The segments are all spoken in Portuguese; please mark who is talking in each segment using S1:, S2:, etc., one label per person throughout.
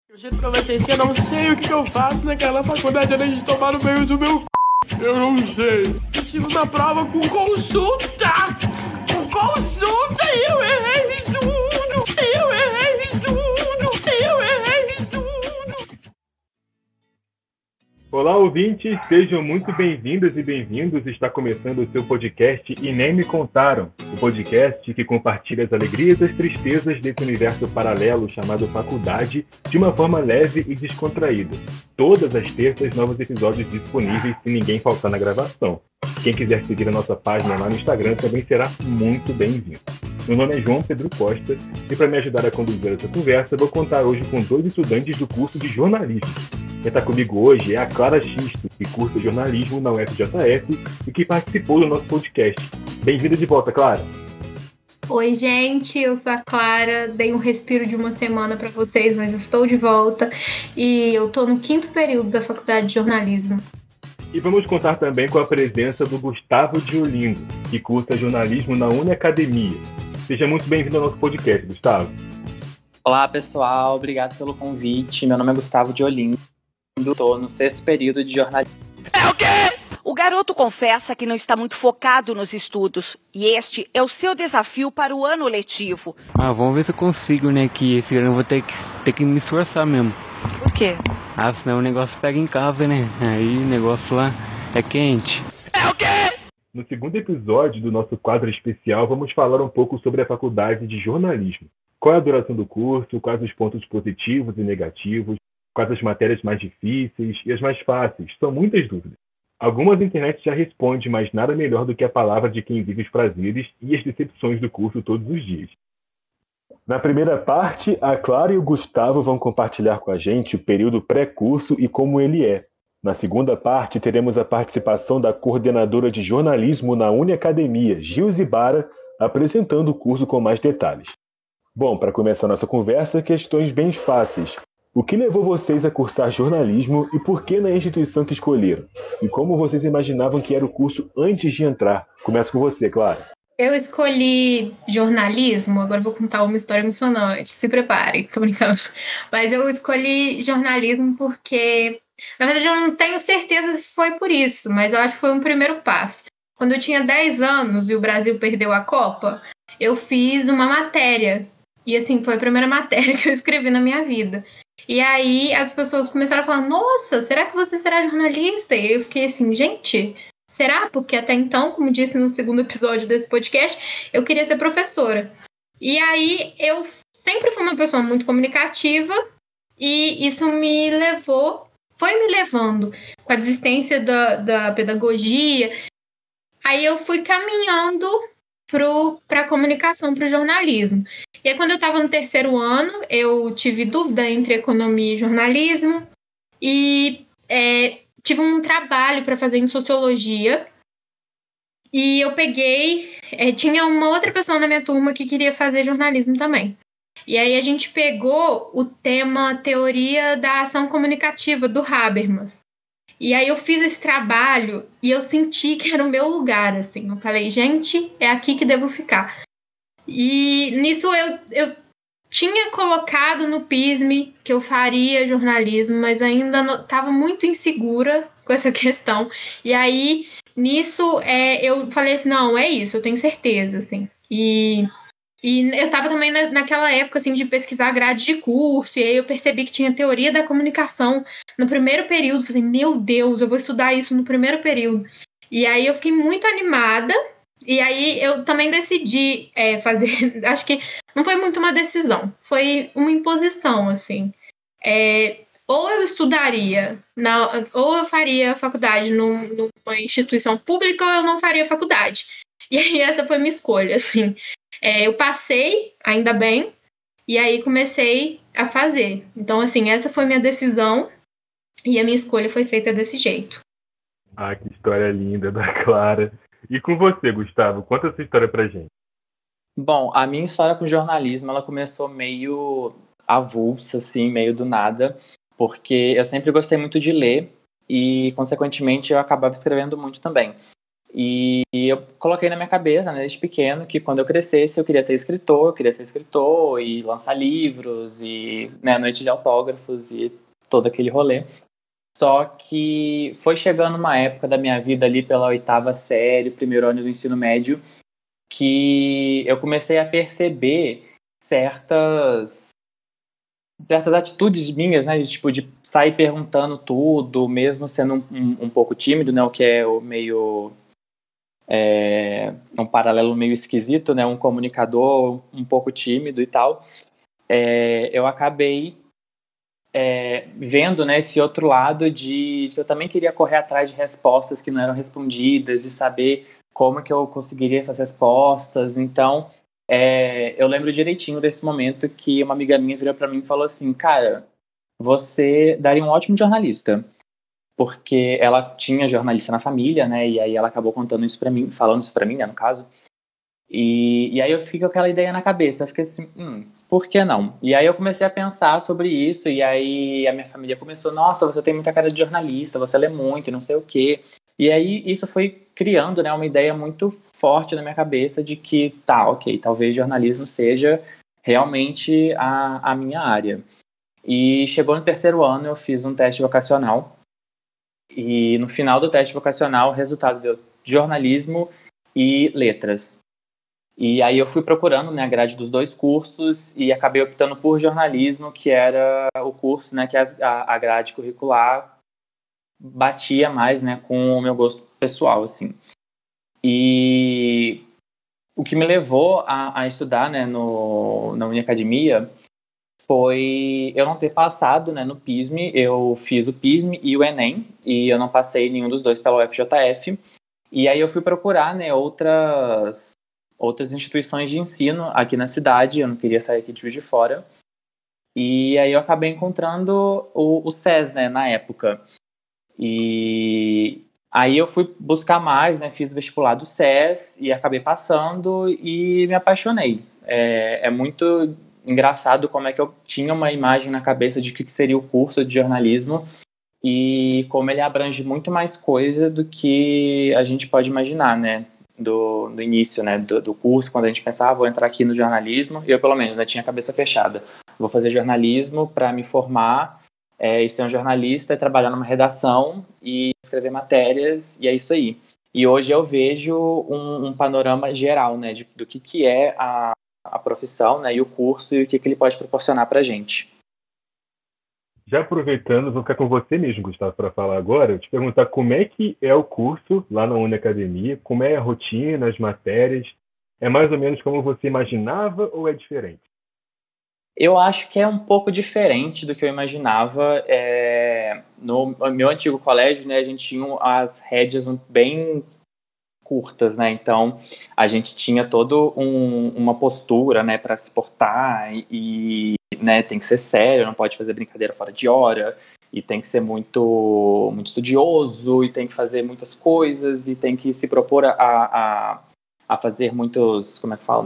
S1: Eu juro pra vocês que eu não sei o que eu faço naquela faculdade além de tomar no meio do meu c... Eu não sei. Eu estive na prova com consulta! Com consulta e eu errei tudo! Eu errei tudo! Eu errei tudo!
S2: Olá, ouvintes! Sejam muito bem-vindas e bem-vindos. Está começando o seu podcast E Nem Me Contaram, o podcast que compartilha as alegrias e as tristezas desse universo paralelo chamado faculdade de uma forma leve e descontraída. Todas as terças, novos episódios disponíveis se ninguém faltar na gravação. Quem quiser seguir a nossa página lá no Instagram também será muito bem-vindo. Meu nome é João Pedro Costa e para me ajudar a conduzir essa conversa, vou contar hoje com dois estudantes do curso de jornalismo. Quem está comigo hoje é a Clara Xisto, que cursa jornalismo na UFJF e que participou do nosso podcast. Bem-vinda de volta, Clara.
S3: Oi, gente, eu sou a Clara, dei um respiro de uma semana para vocês, mas estou de volta e eu estou no 5º período da Faculdade de Jornalismo.
S2: E vamos contar também com a presença do Gustavo de Olindo, que cursa jornalismo na Uniacademia. Seja muito bem-vindo ao nosso podcast, Gustavo.
S4: Olá, pessoal, obrigado pelo convite. Meu nome é Gustavo de Olindo, estou no 6º período de jornalismo.
S5: É o quê? O garoto confessa que não está muito focado nos estudos e este é o seu desafio para o ano letivo.
S6: Vamos ver se eu consigo, né? Que esse ano eu vou ter que me esforçar mesmo.
S5: Por quê?
S6: Senão o negócio pega em casa, né? Aí o negócio lá é quente.
S5: É o quê?
S2: No segundo episódio do nosso quadro especial, vamos falar um pouco sobre a faculdade de jornalismo. Qual é a duração do curso, quais os pontos positivos e negativos, quais as matérias mais difíceis e as mais fáceis. São muitas dúvidas. Algumas a internet já responde, mas nada melhor do que a palavra de quem vive os prazeres e as decepções do curso todos os dias. Na primeira parte, a Clara e o Gustavo vão compartilhar com a gente o período pré-curso e como ele é. Na segunda parte, teremos a participação da coordenadora de jornalismo na Uniacademia, Gilze Bara, apresentando o curso com mais detalhes. Bom, para começar nossa conversa, questões bem fáceis. O que levou vocês a cursar jornalismo e por que na instituição que escolheram? E como vocês imaginavam que era o curso antes de entrar? Começo com você, Clara.
S3: Eu escolhi jornalismo, agora vou contar uma história emocionante, se preparem, tô brincando. Mas eu escolhi jornalismo porque, na verdade, eu não tenho certeza se foi por isso, mas eu acho que foi um primeiro passo. Quando eu tinha 10 anos e o Brasil perdeu a Copa, eu fiz uma matéria. E assim, foi a primeira matéria que eu escrevi na minha vida. E aí as pessoas começaram a falar, nossa, será que você será jornalista? E eu fiquei assim, gente, será? Porque até então, como disse no segundo episódio desse podcast, eu queria ser professora. E aí eu sempre fui uma pessoa muito comunicativa e isso foi me levando com a desistência da pedagogia. Aí eu fui caminhando para a comunicação, para o jornalismo. E aí, quando eu estava no 3º ano, eu tive dúvida entre economia e jornalismo e tive um trabalho para fazer em sociologia. E eu peguei... tinha uma outra pessoa na minha turma que queria fazer jornalismo também. E aí a gente pegou o tema Teoria da Ação Comunicativa, do Habermas. E aí eu fiz esse trabalho e eu senti que era o meu lugar, assim. Eu falei, gente, é aqui que devo ficar. E nisso eu tinha colocado no PISME que eu faria jornalismo, mas ainda estava muito insegura com essa questão. E aí, nisso, eu falei assim, não, é isso, eu tenho certeza, assim. E eu estava também naquela época, assim, de pesquisar grade de curso, e aí eu percebi que tinha teoria da comunicação no primeiro período. Falei, meu Deus, eu vou estudar isso no primeiro período. E aí eu fiquei muito animada, e aí eu também decidi fazer, acho que não foi muito uma decisão, foi uma imposição, assim. Ou eu estudaria, ou eu faria faculdade numa instituição pública, ou eu não faria faculdade. E aí essa foi a minha escolha, assim. Eu passei, ainda bem, e aí comecei a fazer. Então, assim, essa foi minha decisão e a minha escolha foi feita desse jeito.
S2: Que história linda da Clara. E com você, Gustavo, conta essa história pra gente.
S4: Bom, a minha história com jornalismo, ela começou meio avulsa, assim, meio do nada, porque eu sempre gostei muito de ler e, consequentemente, eu acabava escrevendo muito também. E eu coloquei na minha cabeça, né, desde pequeno, que quando eu crescesse eu queria ser escritor e lançar livros e, né, noite de autógrafos e todo aquele rolê. Só que foi chegando uma época da minha vida ali pela 8ª série, primeiro ano do ensino médio, que eu comecei a perceber certas atitudes minhas, né, de sair perguntando tudo, mesmo sendo um pouco tímido, né, o que é o meio um paralelo meio esquisito, né, um comunicador um pouco tímido e tal. Eu acabei vendo, né, esse outro lado de que eu também queria correr atrás de respostas que não eram respondidas e saber como que eu conseguiria essas respostas. Então, eu lembro direitinho desse momento que uma amiga minha virou para mim e falou assim: cara, você daria um ótimo jornalista. Porque ela tinha jornalista na família, né, e aí ela acabou contando isso para mim, falando isso para mim, né, no caso. E aí eu fiquei com aquela ideia na cabeça, eu fiquei assim, por que não? E aí eu comecei a pensar sobre isso, e aí a minha família começou, nossa, você tem muita cara de jornalista, você lê muito e não sei o quê. E aí isso foi criando, né, uma ideia muito forte na minha cabeça de que, tá, ok, talvez jornalismo seja realmente a minha área. E chegou no 3º ano, eu fiz um teste vocacional, e no final do teste vocacional o resultado deu jornalismo e letras. E aí eu fui procurando, né, a grade dos 2 cursos e acabei optando por jornalismo, que era o curso, né, que a grade curricular batia mais, né, com o meu gosto pessoal, assim. E o que me levou a estudar, né, na Uniacademia foi eu não ter passado, né, no PISME. Eu fiz o PISME e o Enem, e eu não passei nenhum dos 2 pela UFJF. E aí eu fui procurar, né, outras instituições de ensino aqui na cidade, eu não queria sair aqui de Juiz de Fora. E aí eu acabei encontrando o SES, né, na época. E aí eu fui buscar mais, né, fiz o vestibular do SES e acabei passando e me apaixonei. É muito engraçado como é que eu tinha uma imagem na cabeça de que seria o curso de jornalismo e como ele abrange muito mais coisa do que a gente pode imaginar, né? Do início, né, do curso, quando a gente pensava, vou entrar aqui no jornalismo, eu pelo menos, né, tinha a cabeça fechada. Vou fazer jornalismo para me formar e ser um jornalista, e trabalhar numa redação e escrever matérias, e é isso aí. E hoje eu vejo um panorama geral, né, do que é a profissão, né, e o curso, e o que ele pode proporcionar para a gente.
S2: Já aproveitando, vou ficar com você mesmo, Gustavo, para falar agora, te perguntar como é que é o curso lá na Uniacademia, como é a rotina, as matérias, é mais ou menos como você imaginava ou é diferente?
S4: Eu acho que é um pouco diferente do que eu imaginava. No meu antigo colégio, né, a gente tinha as rédeas bem curtas, né? Então a gente tinha toda uma postura, né, para se portar e, né, tem que ser sério, não pode fazer brincadeira fora de hora e tem que ser muito estudioso e tem que fazer muitas coisas e tem que se propor a fazer muitos, como é que fala,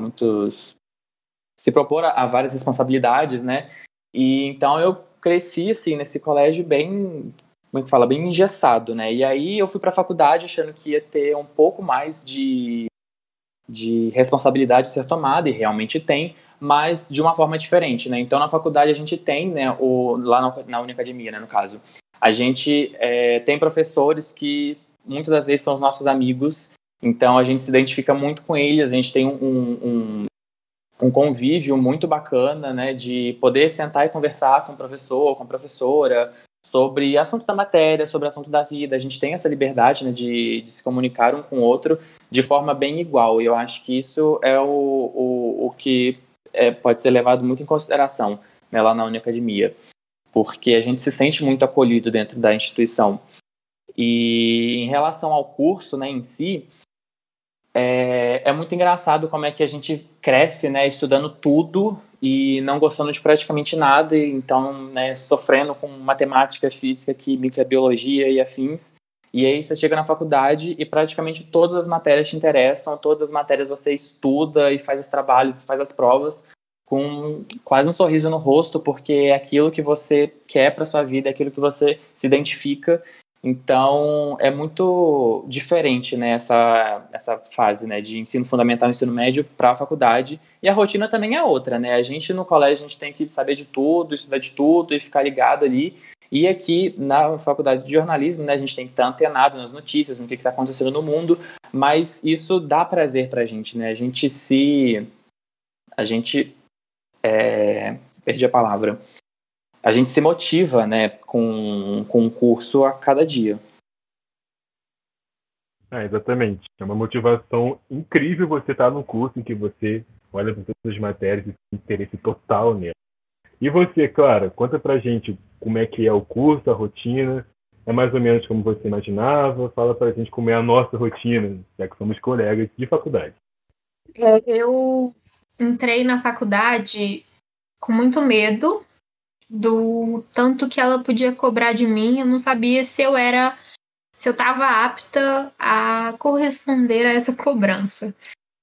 S4: se propor a várias responsabilidades, né? E então eu cresci assim nesse colégio bem, como é que fala, bem engessado, né? E aí eu fui para a faculdade achando que ia ter um pouco mais de responsabilidade a ser tomada, e realmente tem, mas de uma forma diferente, né? Então na faculdade a gente tem, né, lá na Uniacademia, né, no caso, a gente tem professores que muitas das vezes são os nossos amigos, então a gente se identifica muito com eles, a gente tem um convívio muito bacana, né, de poder sentar e conversar com o professor ou com a professora sobre assunto da matéria, sobre assunto da vida. A gente tem essa liberdade, né, de se comunicar um com o outro de forma bem igual, e eu acho que isso é o que pode ser levado muito em consideração, né, lá na Uniacademia, porque a gente se sente muito acolhido dentro da instituição. E em relação ao curso, né, em si, é muito engraçado como é que a gente cresce, né, estudando tudo e não gostando de praticamente nada, e então, né, sofrendo com matemática, física, química, biologia e afins. E aí você chega na faculdade e praticamente todas as matérias te interessam, todas as matérias você estuda e faz os trabalhos, faz as provas com quase um sorriso no rosto, porque é aquilo que você quer para sua vida, é aquilo que você se identifica. Então, é muito diferente, né, essa fase, né, de ensino fundamental e ensino médio para a faculdade. E a rotina também é outra, né? A gente no colégio a gente tem que saber de tudo, estudar de tudo e ficar ligado ali. E aqui na faculdade de jornalismo, né, a gente tem que estar antenado nas notícias, no que está acontecendo no mundo, mas isso dá prazer para a gente, né? Perdi a palavra. A gente se motiva, né, com o curso a cada dia.
S2: Exatamente. É uma motivação incrível você estar num curso em que você olha para todas as matérias e tem interesse total nela. E você, Clara, conta pra gente como é que é o curso, a rotina. É mais ou menos como você imaginava? Fala pra gente como é a nossa rotina, já que somos colegas de faculdade.
S3: Eu entrei na faculdade com muito medo do tanto que ela podia cobrar de mim. Eu não sabia se eu estava apta a corresponder a essa cobrança.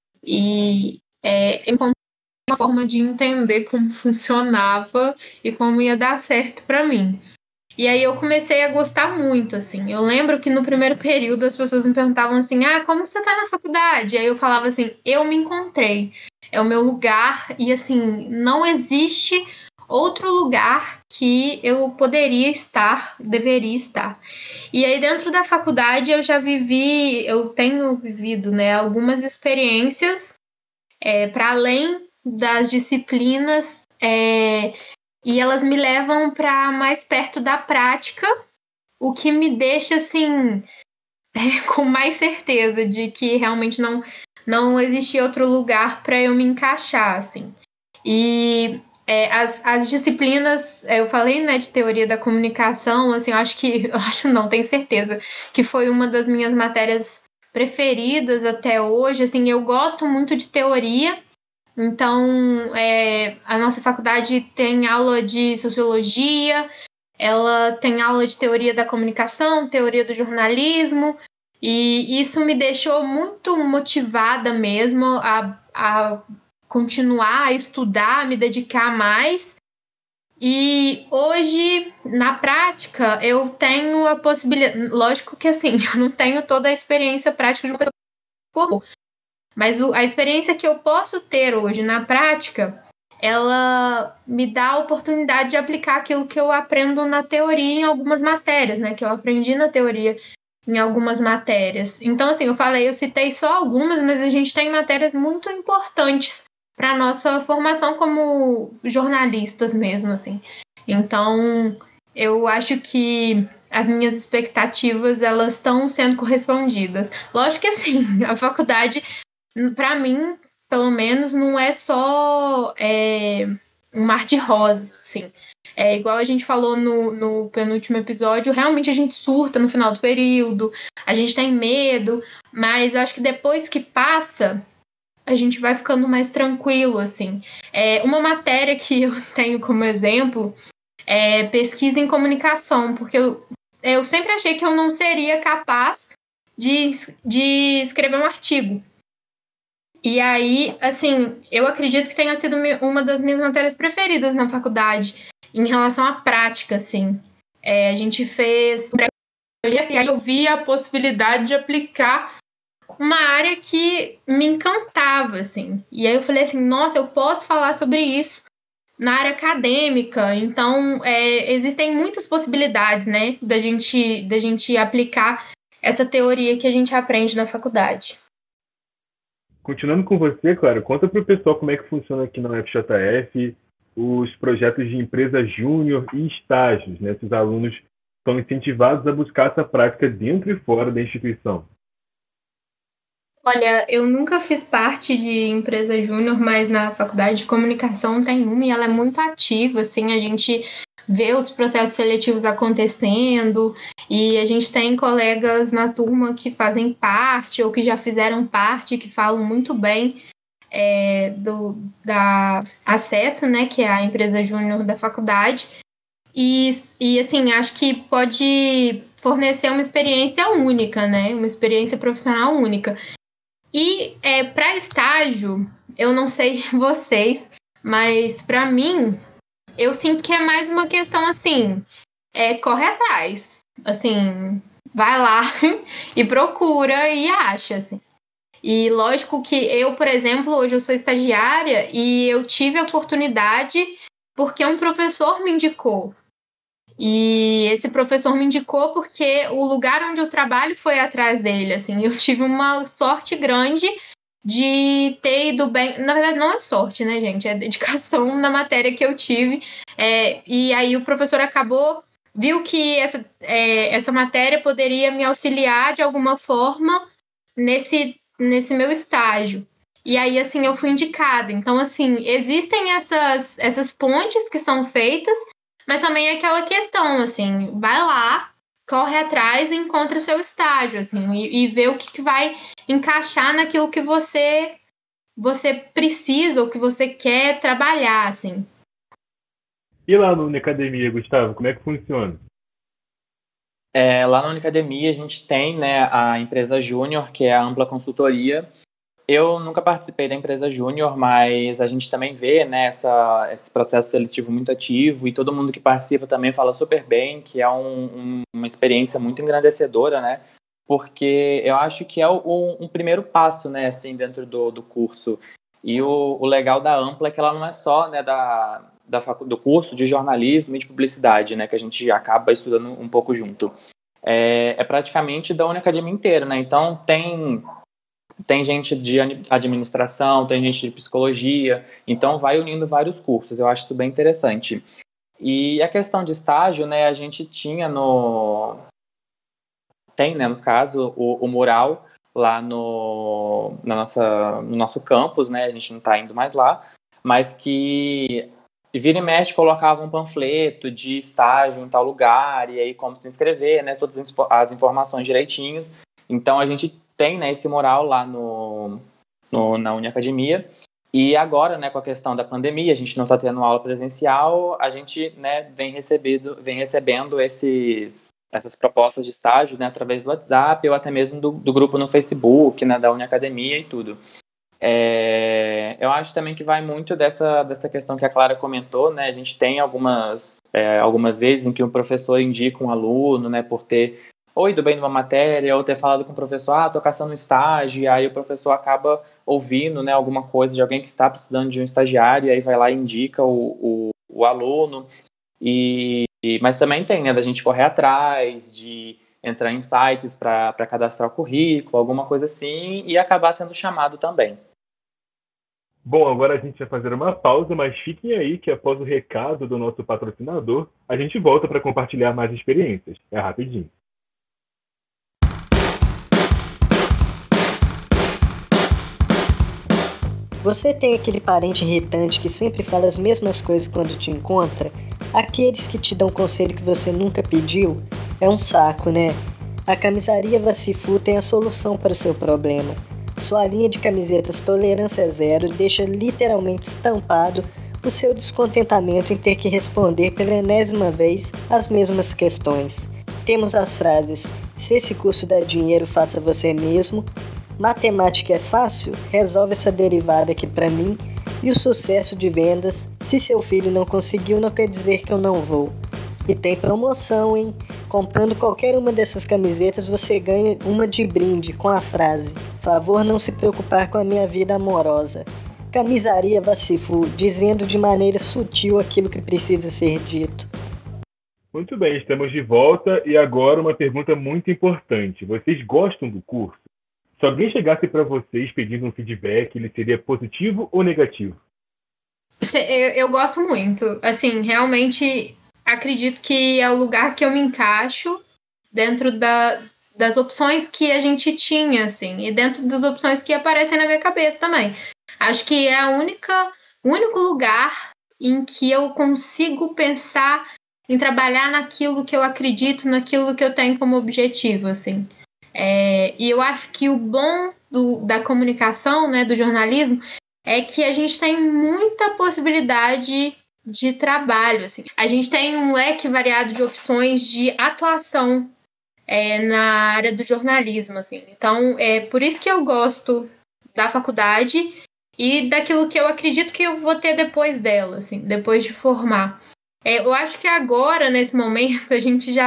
S3: E eu encontrei uma forma de entender como funcionava e como ia dar certo para mim. E aí eu comecei a gostar muito, assim. Eu lembro que no primeiro período as pessoas me perguntavam assim, como você tá na faculdade? Aí eu falava assim, eu me encontrei. É o meu lugar e, assim, não existe outro lugar que eu poderia estar, deveria estar. E aí dentro da faculdade eu tenho vivido, né, algumas experiências para além das disciplinas e elas me levam para mais perto da prática, o que me deixa assim com mais certeza de que realmente não existia outro lugar para eu me encaixar, assim. E as disciplinas, eu falei, né, de teoria da comunicação, assim, tenho certeza que foi uma das minhas matérias preferidas até hoje, assim, eu gosto muito de teoria. Então, a nossa faculdade tem aula de sociologia, ela tem aula de teoria da comunicação, teoria do jornalismo, e isso me deixou muito motivada mesmo a continuar a estudar, a me dedicar mais. E hoje, na prática, eu tenho a possibilidade... Lógico que, assim, eu não tenho toda a experiência prática de uma pessoa que formou. Mas a experiência que eu posso ter hoje na prática, ela me dá a oportunidade de aplicar aquilo que eu aprendo na teoria em algumas matérias, né? Que eu aprendi na teoria em algumas matérias. Então, assim, eu citei só algumas, mas a gente tem matérias muito importantes para a nossa formação como jornalistas mesmo, assim. Então, eu acho que as minhas expectativas, elas estão sendo correspondidas. Lógico que, assim, a faculdade... Para mim, pelo menos, não é só um mar de rosa, assim. Igual a gente falou no penúltimo episódio, realmente a gente surta no final do período, a gente tem medo, mas eu acho que depois que passa, a gente vai ficando mais tranquilo, assim. Uma matéria que eu tenho como exemplo é pesquisa em comunicação, porque eu sempre achei que eu não seria capaz de escrever um artigo. E aí, assim, eu acredito que tenha sido uma das minhas matérias preferidas na faculdade, em relação à prática, assim. A gente fez um projeto e aí eu vi a possibilidade de aplicar uma área que me encantava, assim. E aí eu falei assim, nossa, eu posso falar sobre isso na área acadêmica. Então, existem muitas possibilidades, né, da gente aplicar essa teoria que a gente aprende na faculdade.
S2: Continuando com você, Clara, conta para o pessoal como é que funciona aqui na UFJF os projetos de empresa júnior e estágios, né? Esses alunos são incentivados a buscar essa prática dentro e fora da instituição.
S3: Olha, eu nunca fiz parte de empresa júnior, mas na faculdade de comunicação tem uma e ela é muito ativa, assim, a gente vê os processos seletivos acontecendo e a gente tem colegas na turma que fazem parte ou que já fizeram parte, que falam muito bem da Acesso, né, que é a empresa júnior da faculdade. E assim, acho que pode fornecer uma experiência única, né, uma experiência profissional única. E para estágio, eu não sei vocês, mas para mim, eu sinto que é mais uma questão assim, corre atrás. Assim, vai lá e procura e acha, assim. E lógico que eu, por exemplo, hoje eu sou estagiária e eu tive a oportunidade porque um professor me indicou. E esse professor me indicou porque o lugar onde eu trabalho foi atrás dele, assim. Eu tive uma sorte grande de ter ido bem. Na verdade, não é sorte, né, gente? É dedicação na matéria que eu tive. E aí o professor viu que essa matéria poderia me auxiliar de alguma forma nesse meu estágio. E aí, assim, eu fui indicada. Então, assim, existem essas pontes que são feitas, mas também é aquela questão, assim, vai lá, corre atrás e encontra o seu estágio, assim, e vê o que vai encaixar naquilo que você precisa ou que você quer trabalhar, assim.
S2: E lá no Unicademia, Gustavo, como é que funciona?
S4: Lá na Unicademia a gente tem, né, a empresa Júnior, que é a Ampla Consultoria. Eu nunca participei da empresa Júnior, mas a gente também vê, né, esse processo seletivo muito ativo e todo mundo que participa também fala super bem, que é uma experiência muito engrandecedora, né? Porque eu acho que é um primeiro passo, né, assim, dentro do curso. E o legal da Ampla é que ela não é só, né, do curso de jornalismo e de publicidade, né, que a gente acaba estudando um pouco junto. É praticamente da Unicademia inteira, né? Então tem gente de administração, tem gente de psicologia, então vai unindo vários cursos, eu acho isso bem interessante. E a questão de estágio, né, a gente tem, né, no caso, o mural lá no nosso campus, né, a gente não está indo mais lá, mas que vira e mexe colocava um panfleto de estágio em tal lugar, e aí como se inscrever, né, todas as informações direitinho. Então a gente tem, né, esse mural lá na Unicademia. E agora, né, com a questão da pandemia, a gente não está tendo aula presencial, a gente, né, vem recebendo essas propostas de estágio, né, através do WhatsApp ou até mesmo do grupo no Facebook, né, da Unicademia e tudo. Eu acho também que vai muito dessa questão que a Clara comentou, né, a gente tem algumas vezes em que o professor indica um aluno, né, por ter ou ido bem numa matéria, ou ter falado com o professor, tô caçando um estágio, e aí o professor acaba ouvindo, né, alguma coisa de alguém que está precisando de um estagiário, e aí vai lá e indica o aluno, mas também tem, né, da gente correr atrás, de entrar em sites para cadastrar o currículo, alguma coisa assim, e acabar sendo chamado também.
S2: Bom, agora a gente vai fazer uma pausa, mas fiquem aí que após o recado do nosso patrocinador, a gente volta para compartilhar mais experiências. É rapidinho.
S7: Você tem aquele parente irritante que sempre fala as mesmas coisas quando te encontra? Aqueles que te dão conselho que você nunca pediu? É um saco, né? A Camisaria Vacifu tem a solução para o seu problema. Sua linha de camisetas Tolerância Zero deixa literalmente estampado o seu descontentamento em ter que responder pela enésima vez as mesmas questões. Temos as frases: se esse curso dá dinheiro, faça você mesmo. Matemática é fácil? Resolve essa derivada aqui pra mim. E o sucesso de vendas: se seu filho não conseguiu, não quer dizer que eu não vou. E tem promoção, hein? Comprando qualquer uma dessas camisetas, você ganha uma de brinde com a frase: favor não se preocupar com a minha vida amorosa. Camisaria Vacifu, dizendo de maneira sutil aquilo que precisa ser dito.
S2: Muito bem, estamos de volta e agora uma pergunta muito importante. Vocês gostam do curso? Se alguém chegasse para vocês pedindo um feedback, ele seria positivo ou negativo?
S3: Eu gosto muito. Assim, realmente acredito que é o lugar que eu me encaixo dentro das opções que a gente tinha, assim, e dentro das opções que aparecem na minha cabeça também. Acho que é o único lugar em que eu consigo pensar em trabalhar naquilo que eu acredito, naquilo que eu tenho como objetivo, assim. E eu acho que o bom da comunicação, né, do jornalismo, é que a gente tem muita possibilidade de trabalho, assim. A gente tem um leque variado de opções de atuação na área do jornalismo, assim. Então, é por isso que eu gosto da faculdade e daquilo que eu acredito que eu vou ter depois dela, assim, depois de formar. Eu acho que agora, nesse momento, a gente já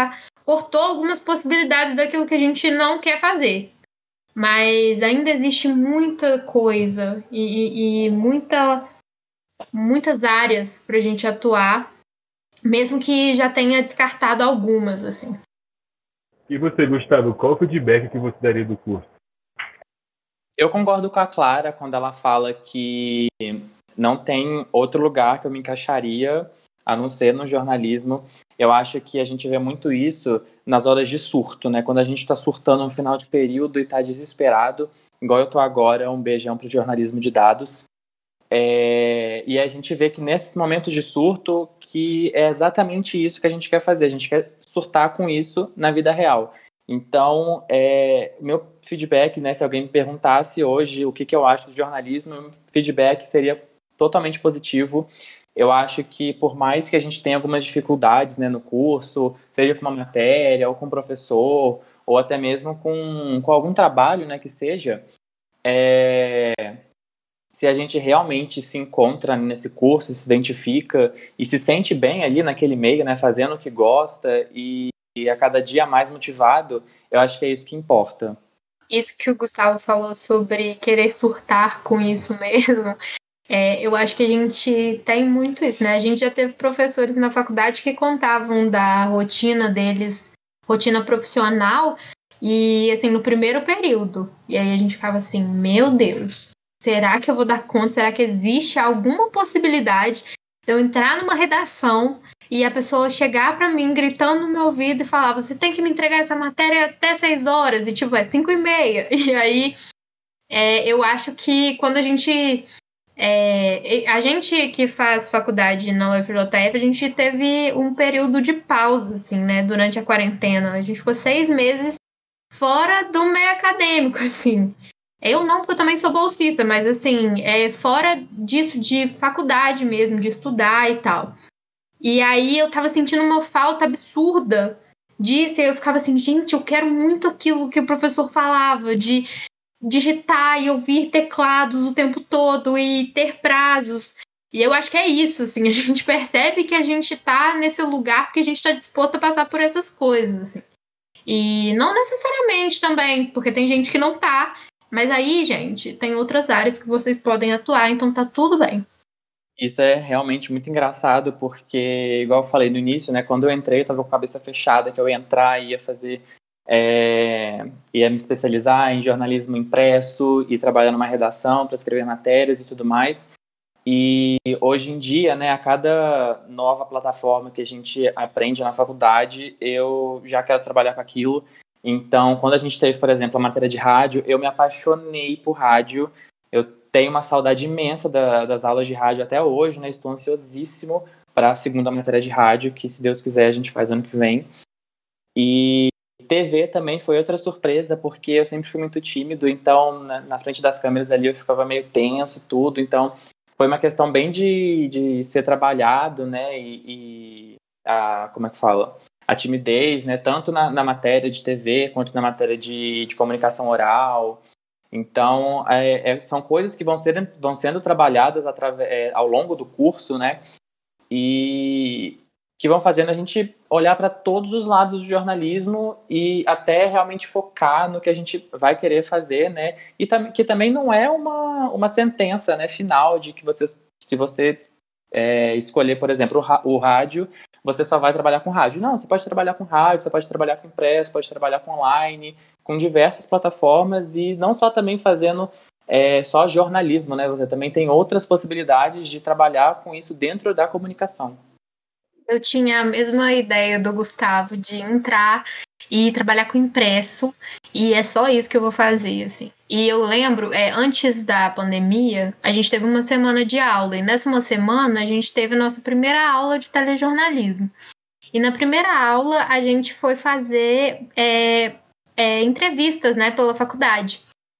S3: cortou algumas possibilidades daquilo que a gente não quer fazer. Mas ainda existe muita coisa e muitas áreas para a gente atuar, mesmo que já tenha descartado algumas, assim.
S2: E você, Gustavo, qual o feedback que você daria do curso?
S4: Eu concordo com a Clara quando ela fala que não tem outro lugar que eu me encaixaria a não ser no jornalismo. Eu acho que a gente vê muito isso nas horas de surto, né? Quando a gente está surtando no final de período e está desesperado, igual eu tô agora, um beijão pro jornalismo de dados. E a gente vê que nesses momentos de surto, que é exatamente isso que a gente quer fazer. A gente quer surtar com isso na vida real. Então, meu feedback, né, se alguém me perguntasse hoje o que eu acho do jornalismo, meu feedback seria totalmente positivo. Eu acho que por mais que a gente tenha algumas dificuldades, né, no curso, seja com uma matéria, ou com um professor, ou até mesmo com algum trabalho, né, que seja, se a gente realmente se encontra nesse curso, se identifica e se sente bem ali naquele meio, né, fazendo o que gosta e a cada dia mais motivado, eu acho que é isso que importa.
S3: Isso que o Gustavo falou sobre querer surtar com isso mesmo, eu acho que a gente tem muito isso, né? A gente já teve professores na faculdade que contavam da rotina deles, rotina profissional, e assim, no primeiro período. E aí a gente ficava assim, meu Deus, será que eu vou dar conta? Será que existe alguma possibilidade de eu entrar numa redação e a pessoa chegar para mim gritando no meu ouvido e falar, você tem que me entregar essa matéria até 6 horas, e tipo, 5h30. E aí eu acho que quando a gente que faz faculdade na UFJF, a gente teve um período de pausa, assim, né, durante a quarentena. A gente ficou 6 meses fora do meio acadêmico, assim. Eu não, porque eu também sou bolsista, mas, assim, fora disso de faculdade mesmo, de estudar e tal. E aí eu tava sentindo uma falta absurda disso, e eu ficava assim, gente, eu quero muito aquilo que o professor falava, de digitar e ouvir teclados o tempo todo e ter prazos. E eu acho que é isso, assim, a gente percebe que a gente tá nesse lugar porque a gente tá disposto a passar por essas coisas, assim. E não necessariamente também, porque tem gente que não tá, mas aí, gente, tem outras áreas que vocês podem atuar, então tá tudo bem.
S4: Isso é realmente muito engraçado, porque, igual eu falei no início, né, quando eu entrei, eu tava com a cabeça fechada, que eu ia entrar e ia fazer ia me especializar em jornalismo impresso e trabalhar numa redação para escrever matérias e tudo mais. E hoje em dia, né, a cada nova plataforma que a gente aprende na faculdade, eu já quero trabalhar com aquilo. Então, quando a gente teve, por exemplo, a matéria de rádio, eu me apaixonei por rádio. Eu tenho uma saudade imensa das aulas de rádio até hoje, né? Estou ansiosíssimo para a segunda matéria de rádio, que, se Deus quiser, a gente faz ano que vem. E TV também foi outra surpresa, porque eu sempre fui muito tímido, então na frente das câmeras ali eu ficava meio tenso e tudo, então foi uma questão bem de ser trabalhado, né, como é que fala? A timidez, né, tanto na matéria de TV quanto na matéria de comunicação oral. Então, são coisas que vão sendo trabalhadas ao longo do curso, né, e que vão fazendo a gente olhar para todos os lados do jornalismo e até realmente focar no que a gente vai querer fazer, né? E que também não é uma sentença, né, final de que se você escolher, por exemplo, o rádio, você só vai trabalhar com rádio. Não, você pode trabalhar com rádio, você pode trabalhar com impresso, pode trabalhar com online, com diversas plataformas e não só também fazendo só jornalismo, né? Você também tem outras possibilidades de trabalhar com isso dentro da comunicação.
S3: Eu tinha a mesma ideia do Gustavo de entrar e trabalhar com impresso, e é só isso que eu vou fazer, assim. E eu lembro, antes da pandemia, a gente teve uma semana de aula, e nessa uma semana a gente teve a nossa primeira aula de telejornalismo. E na primeira aula a gente foi fazer entrevistas, né, pela faculdade.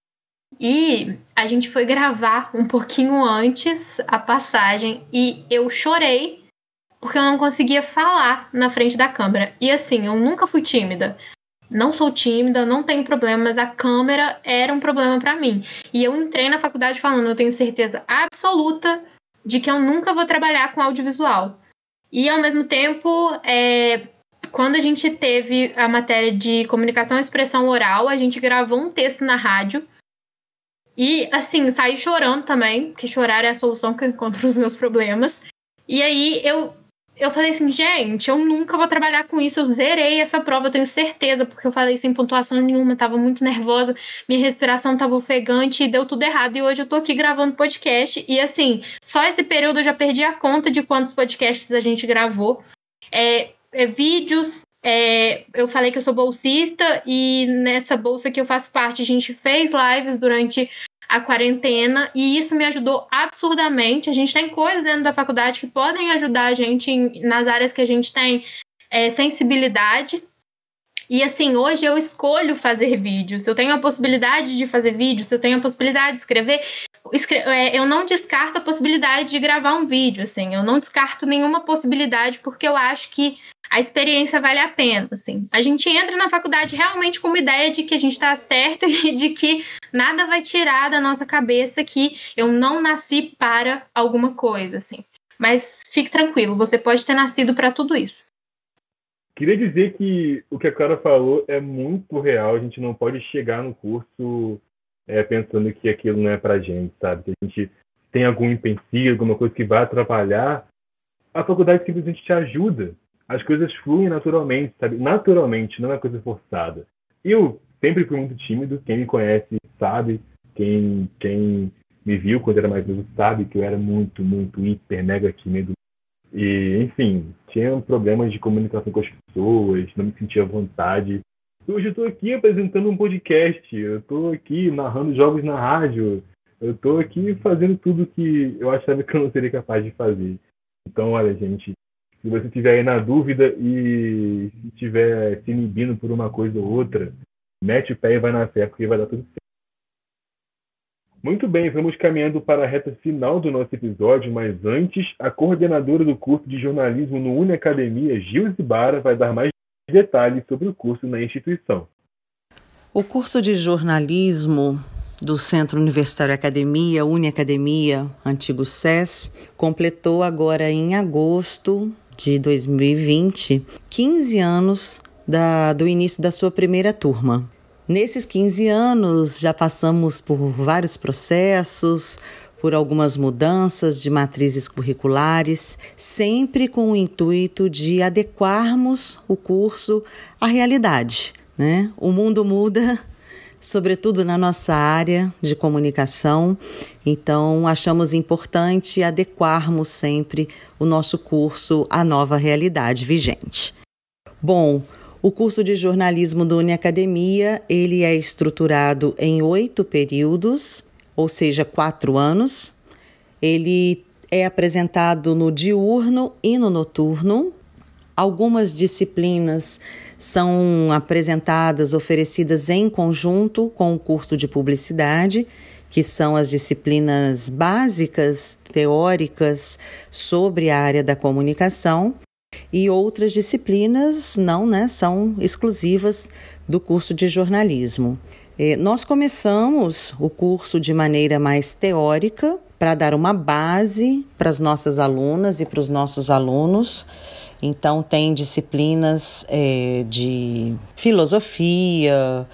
S3: E a gente foi gravar um pouquinho antes a passagem, e eu chorei porque eu não conseguia falar na frente da câmera. E assim, eu nunca fui tímida. Não sou tímida, não tenho problema, mas a câmera era um problema para mim. E eu entrei na faculdade falando, eu tenho certeza absoluta de que eu nunca vou trabalhar com audiovisual. E ao mesmo tempo, quando a gente teve a matéria de comunicação e expressão oral, a gente gravou um texto na rádio. E, assim, saí chorando também, porque chorar é a solução que eu encontro nos meus problemas. E aí eu falei assim, gente, eu nunca vou trabalhar com isso, eu zerei essa prova, eu tenho certeza, porque eu falei sem pontuação nenhuma, tava muito nervosa, minha respiração tava ofegante e deu tudo errado. E hoje eu tô aqui gravando podcast e, assim, só esse período eu já perdi a conta de quantos podcasts a gente gravou. Vídeos, eu falei que eu sou bolsista e nessa bolsa que eu faço parte, a gente fez lives durante a quarentena e isso me ajudou absurdamente. A gente tem coisas dentro da faculdade que podem ajudar a gente nas áreas que a gente tem sensibilidade. E assim, hoje eu escolho fazer vídeos. Se eu tenho a possibilidade de fazer vídeos, se eu tenho a possibilidade de escrever, eu não descarto a possibilidade de gravar um vídeo, assim. Eu não descarto nenhuma possibilidade porque eu acho que a experiência vale a pena, assim. A gente entra na faculdade realmente com uma ideia de que a gente está certo e de que nada vai tirar da nossa cabeça que eu não nasci para alguma coisa, assim. Mas fique tranquilo, você pode ter nascido para tudo isso.
S2: Queria dizer que o que a Clara falou é muito real. A gente não pode chegar no curso pensando que aquilo não é pra gente, sabe? Que a gente tem algum empecilho, alguma coisa que vai atrapalhar. A faculdade simplesmente te ajuda. As coisas fluem naturalmente, sabe? Naturalmente, não é coisa forçada. Eu sempre fui muito tímido. Quem me conhece sabe. Quem me viu quando era mais novo sabe que eu era muito, muito, hiper, mega tímido. E, enfim, tinha problemas de comunicação com as pessoas, não me sentia à vontade. Hoje eu estou aqui apresentando um podcast, eu estou aqui narrando jogos na rádio, eu estou aqui fazendo tudo que eu achava que eu não seria capaz de fazer. Então, olha, gente, se você estiver aí na dúvida e estiver se inibindo por uma coisa ou outra, mete o pé e vai na fé, porque vai dar tudo certo. Muito bem, vamos caminhando para a reta final do nosso episódio, mas antes, a coordenadora do curso de jornalismo no Uniacademia, Gilze Bara, vai dar mais detalhes sobre o curso na instituição.
S8: O curso de jornalismo do Centro Universitário Academia, Uniacademia, antigo SES, completou agora em agosto de 2020, 15 anos do início da sua primeira turma. Nesses 15 anos, já passamos por vários processos, por algumas mudanças de matrizes curriculares, sempre com o intuito de adequarmos o curso à realidade, né? O mundo muda, sobretudo na nossa área de comunicação, então achamos importante adequarmos sempre o nosso curso à nova realidade vigente. Bom, o curso de jornalismo do Uniacademia, ele é estruturado em 8 períodos, ou seja, 4 anos. Ele é apresentado no diurno e no noturno. Algumas disciplinas são apresentadas, oferecidas em conjunto com o curso de publicidade, que são as disciplinas básicas, teóricas, sobre a área da comunicação. E outras disciplinas não, né, são exclusivas do curso de jornalismo. Nós começamos o curso de maneira mais teórica para dar uma base para as nossas alunas e para os nossos alunos. Então, tem disciplinas de filosofia,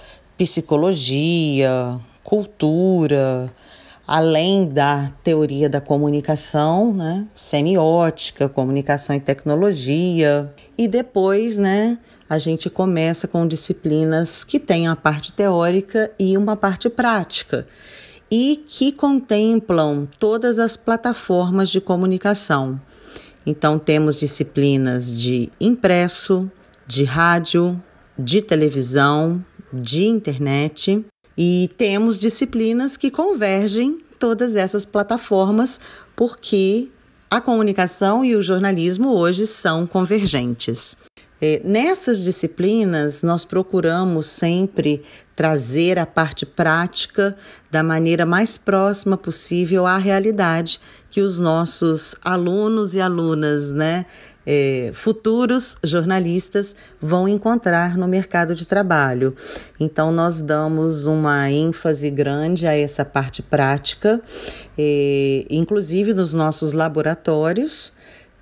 S8: psicologia, cultura, além da teoria da comunicação, né, semiótica, comunicação e tecnologia. E depois, né, a gente começa com disciplinas que têm a parte teórica e uma parte prática, e que contemplam todas as plataformas de comunicação. Então, temos disciplinas de impresso, de rádio, de televisão, de internet. E temos disciplinas que convergem todas essas plataformas, porque a comunicação e o jornalismo hoje são convergentes. Nessas disciplinas, nós procuramos sempre trazer a parte prática da maneira mais próxima possível à realidade que os nossos alunos e alunas, né, futuros jornalistas vão encontrar no mercado de trabalho. Então, nós damos uma ênfase grande a essa parte prática, inclusive nos nossos laboratórios.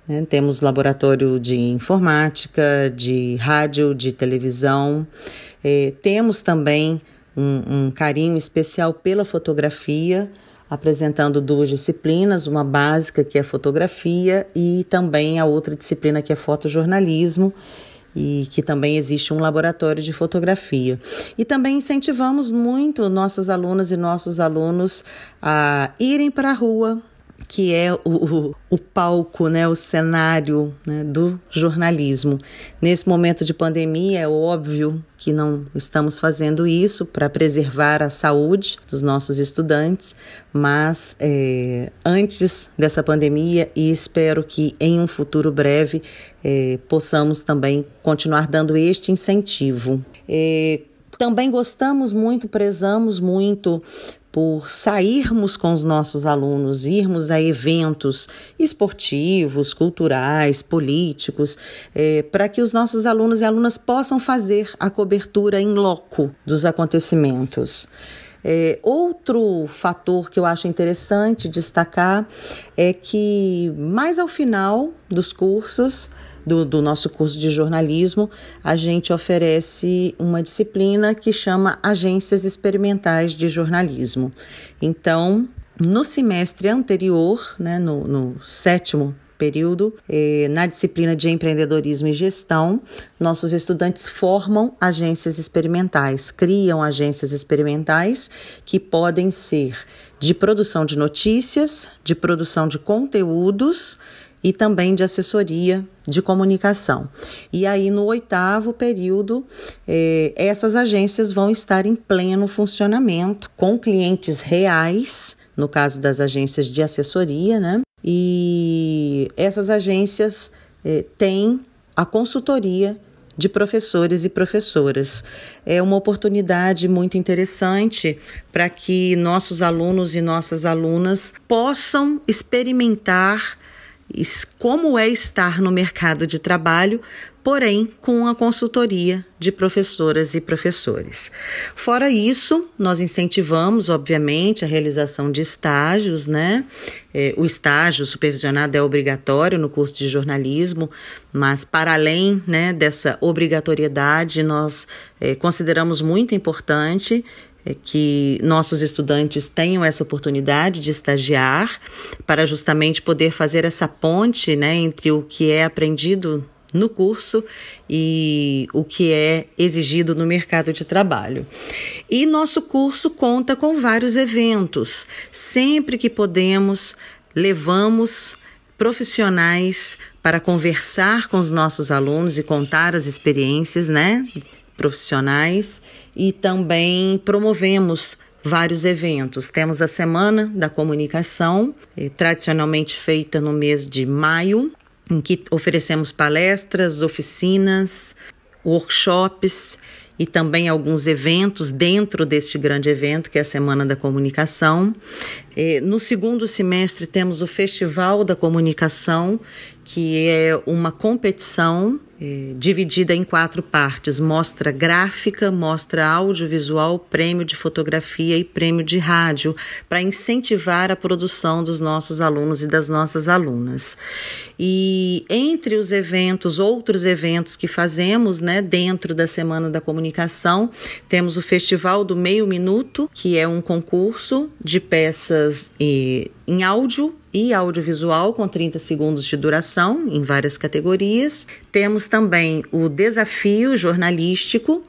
S8: né? Temos laboratório de informática, de rádio, de televisão. Temos também um carinho especial pela fotografia, apresentando 2 disciplinas, uma básica que é fotografia e também a outra disciplina que é fotojornalismo, e que também existe um laboratório de fotografia. E também incentivamos muito nossas alunas e nossos alunos a irem para a rua, que é o palco, né, o cenário, né, do jornalismo. Nesse momento de pandemia, é óbvio que não estamos fazendo isso para preservar a saúde dos nossos estudantes, mas antes dessa pandemia, e espero que em um futuro breve possamos também continuar dando este incentivo. Também gostamos muito, prezamos muito por sairmos com os nossos alunos, irmos a eventos esportivos, culturais, políticos, para que os nossos alunos e alunas possam fazer a cobertura em loco dos acontecimentos. Outro fator que eu acho interessante destacar é que mais ao final dos cursos, do nosso curso de jornalismo, a gente oferece uma disciplina que chama Agências Experimentais de Jornalismo. Então, no semestre anterior, né, no 7º período, na disciplina de empreendedorismo e gestão, nossos estudantes formam agências experimentais, criam agências experimentais que podem ser de produção de notícias, de produção de conteúdos e também de assessoria de comunicação. E aí, no 8º período, essas agências vão estar em pleno funcionamento, com clientes reais, no caso das agências de assessoria, né? E essas agências têm a consultoria de professores e professoras. É uma oportunidade muito interessante para que nossos alunos e nossas alunas possam experimentar como é estar no mercado de trabalho, porém com a consultoria de professoras e professores. Fora isso, nós incentivamos, obviamente, a realização de estágios, né? O estágio supervisionado é obrigatório no curso de jornalismo, mas para além, né, dessa obrigatoriedade, nós consideramos muito importante que nossos estudantes tenham essa oportunidade de estagiar para justamente poder fazer essa ponte, né, entre o que é aprendido no curso e o que é exigido no mercado de trabalho. E nosso curso conta com vários eventos. Sempre que podemos, levamos profissionais para conversar com os nossos alunos e contar as experiências, né, profissionais, e também promovemos vários eventos. Temos a Semana da Comunicação, tradicionalmente feita no mês de maio, em que oferecemos palestras, oficinas, workshops e também alguns eventos dentro deste grande evento, que é a Semana da Comunicação. No 2º semestre temos o Festival da Comunicação, que é uma competição dividida em 4 partes: mostra gráfica, mostra audiovisual, prêmio de fotografia e prêmio de rádio, para incentivar a produção dos nossos alunos e das nossas alunas. E entre os eventos, outros eventos que fazemos, né, dentro da Semana da Comunicação, temos o Festival do Meio Minuto, que é um concurso de peças em áudio e audiovisual com 30 segundos de duração em várias categorias. Temos também o Desafio Jornalístico,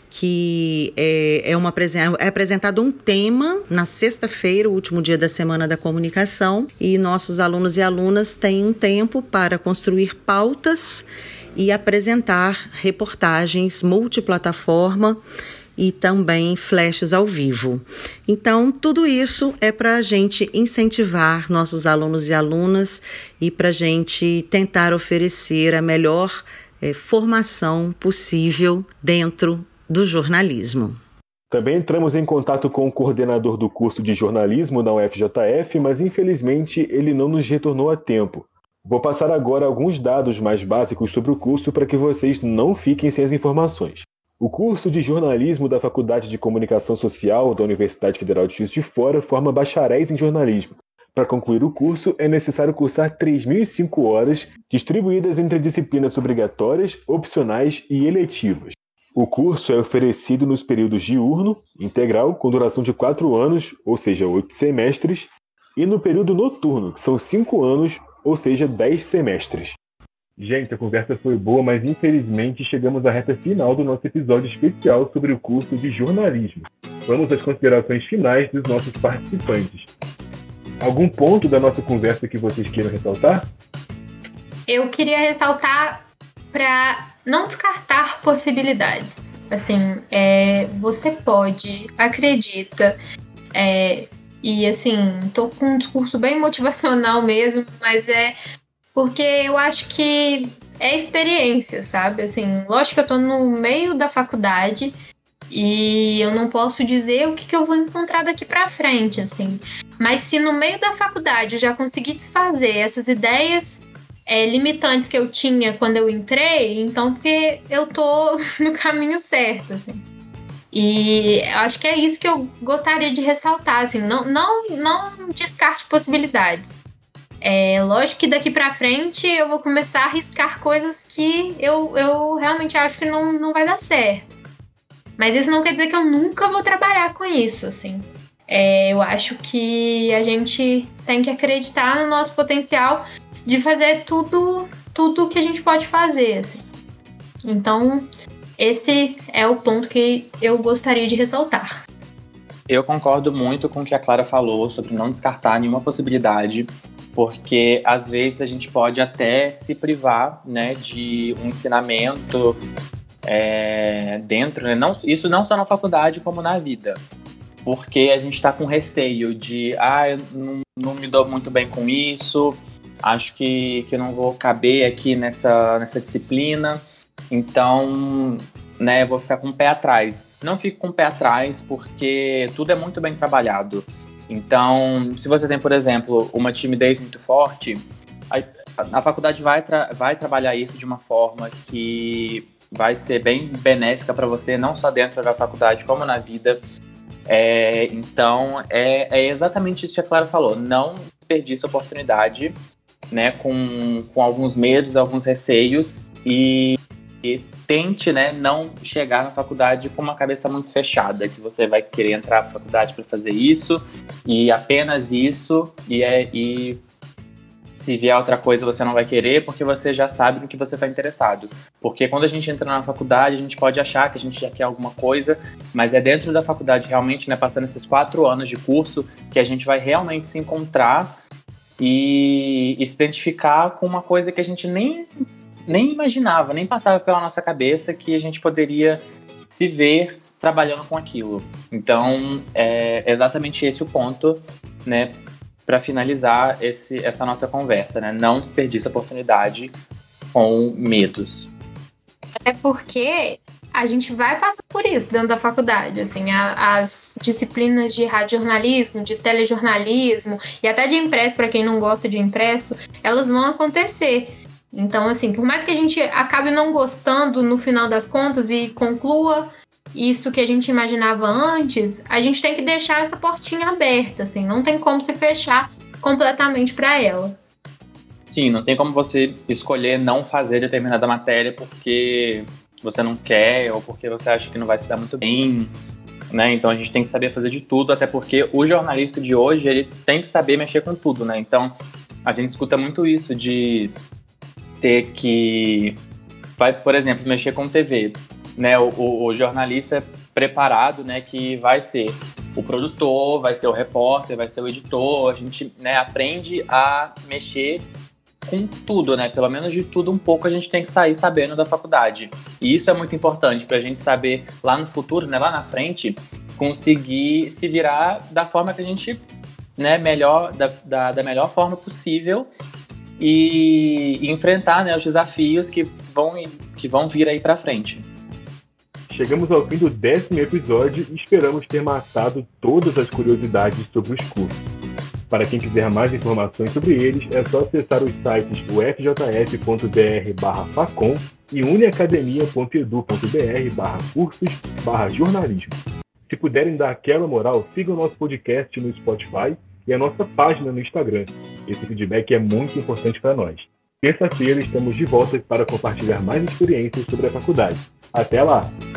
S8: que é apresentado um tema na sexta-feira, o último dia da Semana da Comunicação, e nossos alunos e alunas têm um tempo para construir pautas e apresentar reportagens multiplataforma e também flashes ao vivo. Então, tudo isso é para a gente incentivar nossos alunos e alunas e para a gente tentar oferecer a melhor formação possível dentro do jornalismo.
S2: Também entramos em contato com o coordenador do curso de jornalismo da UFJF, mas infelizmente ele não nos retornou a tempo. Vou passar agora alguns dados mais básicos sobre o curso para que vocês não fiquem sem as informações. O curso de jornalismo da Faculdade de Comunicação Social da Universidade Federal de Juiz de Fora forma bacharéis em jornalismo, Para concluir o curso, é necessário cursar 3.005 horas, distribuídas entre disciplinas obrigatórias, opcionais e eletivas. O curso é oferecido nos períodos diurno, integral, com duração de 4 anos, ou seja, 8 semestres, e no período noturno, que são 5 anos, ou seja, 10 semestres. Gente, a conversa foi boa, mas infelizmente chegamos à reta final do nosso episódio especial sobre o curso de jornalismo. Vamos às considerações finais dos nossos participantes. Algum ponto da nossa conversa que vocês queiram ressaltar?
S3: Eu queria ressaltar para não descartar possibilidades. Assim, você pode, acredita, e assim, tô com um discurso bem motivacional mesmo, mas porque eu acho que é experiência, sabe? Assim, lógico que eu tô no meio da faculdade e eu não posso dizer o que eu vou encontrar daqui pra frente, assim. Mas se no meio da faculdade eu já consegui desfazer essas ideias limitantes que eu tinha quando eu entrei, então porque eu tô no caminho certo, assim. E acho que é isso que eu gostaria de ressaltar, assim, não descarte possibilidades. Lógico que daqui pra frente eu vou começar a arriscar coisas que eu realmente acho que não vai dar certo. Mas isso não quer dizer que eu nunca vou trabalhar com isso, assim. Eu acho que a gente tem que acreditar no nosso potencial de fazer tudo que a gente pode fazer, assim. Então, esse é o ponto que eu gostaria de ressaltar.
S4: Eu concordo muito com o que a Clara falou sobre não descartar nenhuma possibilidade, porque às vezes a gente pode até se privar, né, de um ensinamento dentro, né? Isso não só na faculdade como na vida, porque a gente está com receio de eu não me dou muito bem com isso, acho que eu não vou caber aqui nessa disciplina, então, né, eu vou ficar com o pé atrás. Não fique com o pé atrás, porque tudo é muito bem trabalhado. Então, se você tem, por exemplo, uma timidez muito forte, a faculdade vai trabalhar isso de uma forma que vai ser bem benéfica para você, não só dentro da faculdade, como na vida. Então, é exatamente isso que a Clara falou. Não desperdice a oportunidade, né, com alguns medos, alguns receios, e tente, né, não chegar na faculdade com uma cabeça muito fechada, que você vai querer entrar na faculdade para fazer isso, e apenas isso, e se vier outra coisa você não vai querer, porque você já sabe no que você está interessado. Porque quando a gente entra na faculdade, a gente pode achar que a gente já quer alguma coisa, mas é dentro da faculdade realmente, né, passando esses 4 anos de curso, que a gente vai realmente se encontrar e se identificar com uma coisa que a gente nem imaginava, nem passava pela nossa cabeça que a gente poderia se ver trabalhando com aquilo. Então, é exatamente esse o ponto, né, para finalizar essa nossa conversa, né? Não desperdice a oportunidade com medos.
S3: É porque a gente vai passar por isso dentro da faculdade, assim, as disciplinas de radiojornalismo, de telejornalismo e até de impresso, para quem não gosta de impresso, elas vão acontecer. Então, assim, por mais que a gente acabe não gostando no final das contas e conclua isso que a gente imaginava antes, a gente tem que deixar essa portinha aberta, assim, não tem como se fechar completamente para ela.
S4: Sim, não tem como você escolher não fazer determinada matéria porque você não quer ou porque você acha que não vai se dar muito bem, né? Então a gente tem que saber fazer de tudo, até porque o jornalista de hoje, ele tem que saber mexer com tudo, né? Então a gente escuta muito isso de ter que, por exemplo, mexer com TV, né? O jornalista preparado, né, que vai ser o produtor, vai ser o repórter, vai ser o editor. A gente, né, aprende a mexer com tudo, né? Pelo menos de tudo um pouco a gente tem que sair sabendo da faculdade. E isso é muito importante para a gente saber lá no futuro, né, lá na frente, conseguir se virar da forma que a gente, né, da melhor forma possível e enfrentar, né, os desafios que vão vir aí para frente.
S2: Chegamos ao fim do 10º episódio e esperamos ter matado todas as curiosidades sobre os cursos. Para quem quiser mais informações sobre eles, é só acessar os sites ufjf.br/facom e uniacademia.edu.br/cursos/jornalismo. Se puderem dar aquela moral, sigam o nosso podcast no Spotify e a nossa página no Instagram. Esse feedback é muito importante para nós. Terça-feira estamos de volta para compartilhar mais experiências sobre a faculdade. Até lá!